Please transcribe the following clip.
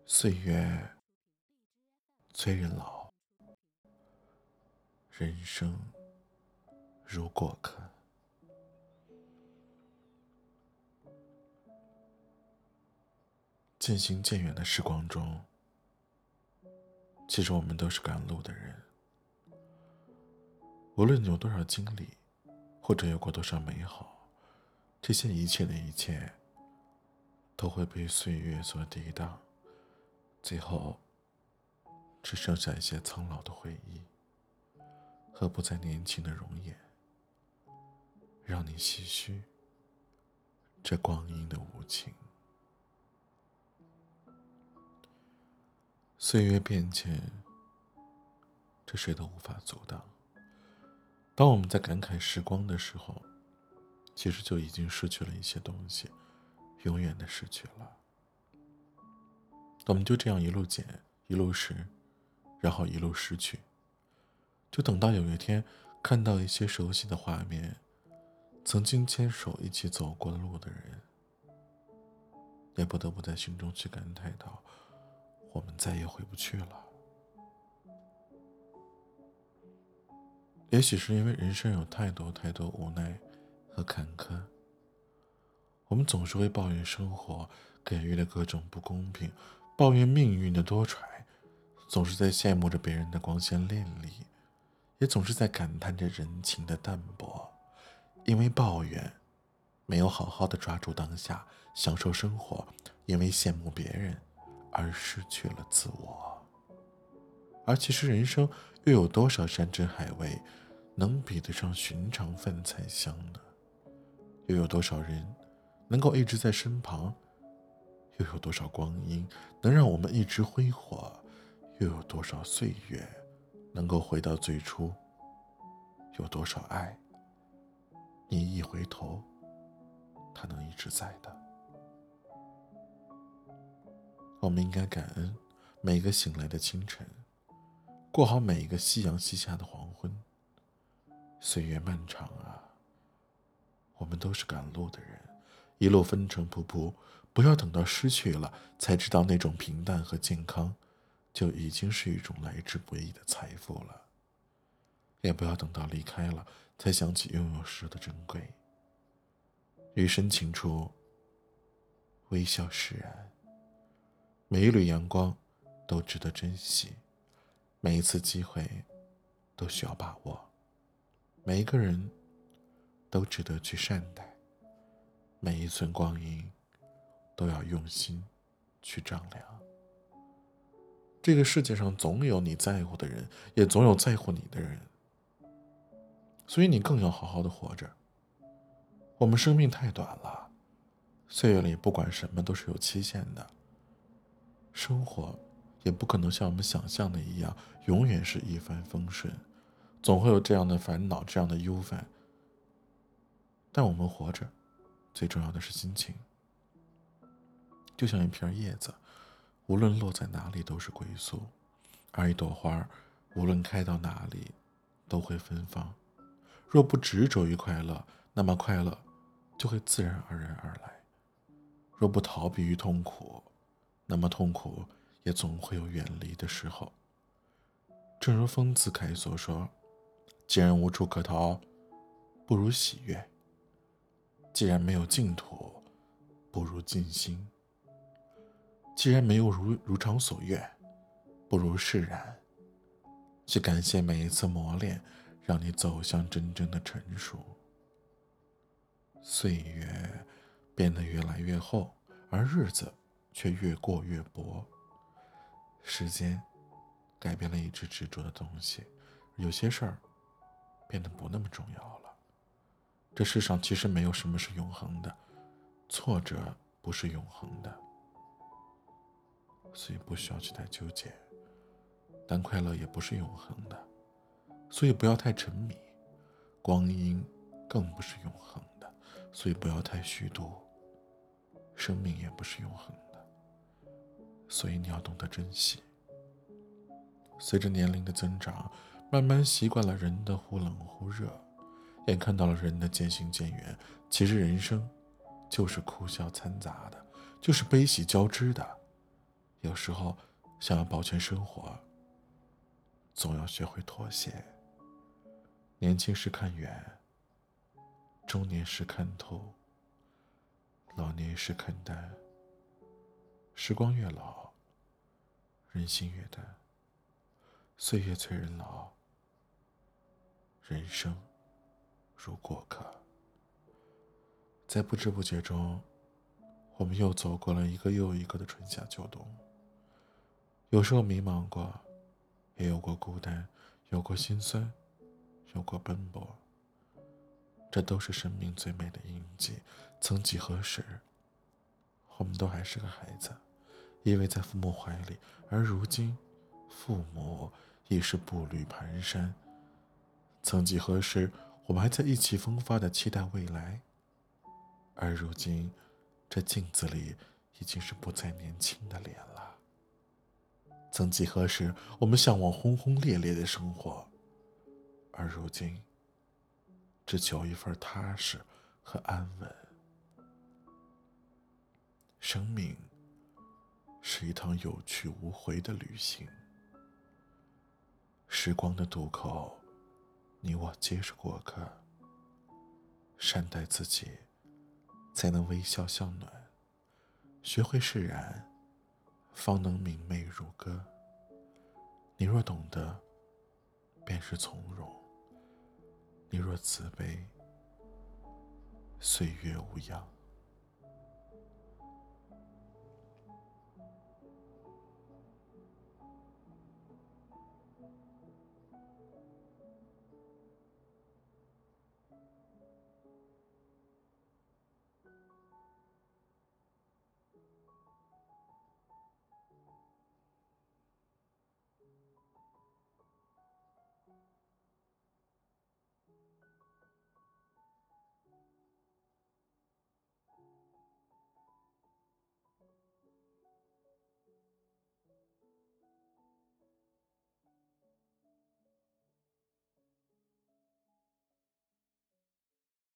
岁月催人老，人生如过客。渐行渐远的时光中，其实我们都是赶路的人。无论有多少经历，或者有过多少美好，这些一切的一切，都会被岁月所抵挡，最后只剩下一些苍老的回忆和不再年轻的容颜，让你唏嘘这光阴的无情。岁月变迁，这谁都无法阻挡。当我们在感慨时光的时候，其实就已经失去了一些东西，永远的失去了。我们就这样一路捡，一路拾，然后一路失去。就等到有一天看到一些熟悉的画面，曾经牵手一起走过的路的人，也不得不在心中去感慨到，我们再也回不去了。也许是因为人生有太多太多无奈和坎坷，我们总是会抱怨生活给予的各种不公平，抱怨命运的多舛，总是在羡慕着别人的光鲜亮丽，也总是在感叹着人情的淡薄。因为抱怨没有好好的抓住当下享受生活，因为羡慕别人而失去了自我。而其实人生又有多少山珍海味能比得上寻常饭菜香呢？又有多少人能够一直在身旁？又有多少光阴能让我们一直挥霍？又有多少岁月能够回到最初？有多少爱你一回头它能一直在的？我们应该感恩每个醒来的清晨，过好每一个夕阳西下的黄昏。岁月漫长啊，我们都是赶路的人，一路风尘仆仆，不要等到失去了才知道那种平淡和健康就已经是一种来之不易的财富了，也不要等到离开了才想起拥有时的珍贵。余生情处，微笑释然，每一缕阳光都值得珍惜，每一次机会都需要把握，每一个人都值得去善待，每一寸光阴都要用心去丈量。这个世界上总有你在乎的人，也总有在乎你的人，所以你更要好好的活着。我们生命太短了，岁月里不管什么都是有期限的，生活也不可能像我们想象的一样永远是一帆风顺，总会有这样的烦恼，这样的忧烦。但我们活着最重要的是心情，就像一片叶子，无论落在哪里都是归宿，而一朵花无论开到哪里都会芬芳。若不执着于快乐，那么快乐就会自然而然而来；若不逃避于痛苦，那么痛苦也总会有远离的时候。正如丰子恺所说，既然无处可逃，不如喜悦；既然没有净土，不如静心；既然没有如偿所愿，不如释然。去感谢每一次磨练，让你走向真正的成熟。岁月变得越来越厚，而日子却越过越薄。时间改变了一直执着的东西，有些事儿变得不那么重要了。这世上其实没有什么是永恒的，挫折不是永恒的，所以不需要去太纠结。但快乐也不是永恒的，所以不要太沉迷。光阴更不是永恒的，所以不要太虚度。生命也不是永恒的，所以你要懂得珍惜。随着年龄的增长，慢慢习惯了人的忽冷忽热，也看到了人的渐行渐远。其实人生就是哭笑掺杂的，就是悲喜交织的。 有时候想要保全生活，总要学会妥协。年轻时看远，中年时看透，老年时看淡。时光越老，人心越淡。岁月催人老，人生如过客。在不知不觉中，我们又走过了一个又一个的春夏秋冬。有时候迷茫过，也有过孤单，有过心酸，有过奔波。这都是生命最美的印记。曾几何时，我们都还是个孩子，依偎在父母怀里，而如今父母已是步履蹒跚。曾几何时，我们还在意气风发地期待未来，而如今这镜子里已经是不再年轻的脸了。曾几何时，我们向往轰轰烈烈的生活，而如今只求一份踏实和安稳。生命是一趟有去无回的旅行，时光的渡口，你我皆是过客。善待自己，才能微笑向暖；学会释然，方能明媚如歌。你若懂得，便是从容；你若慈悲，岁月无恙。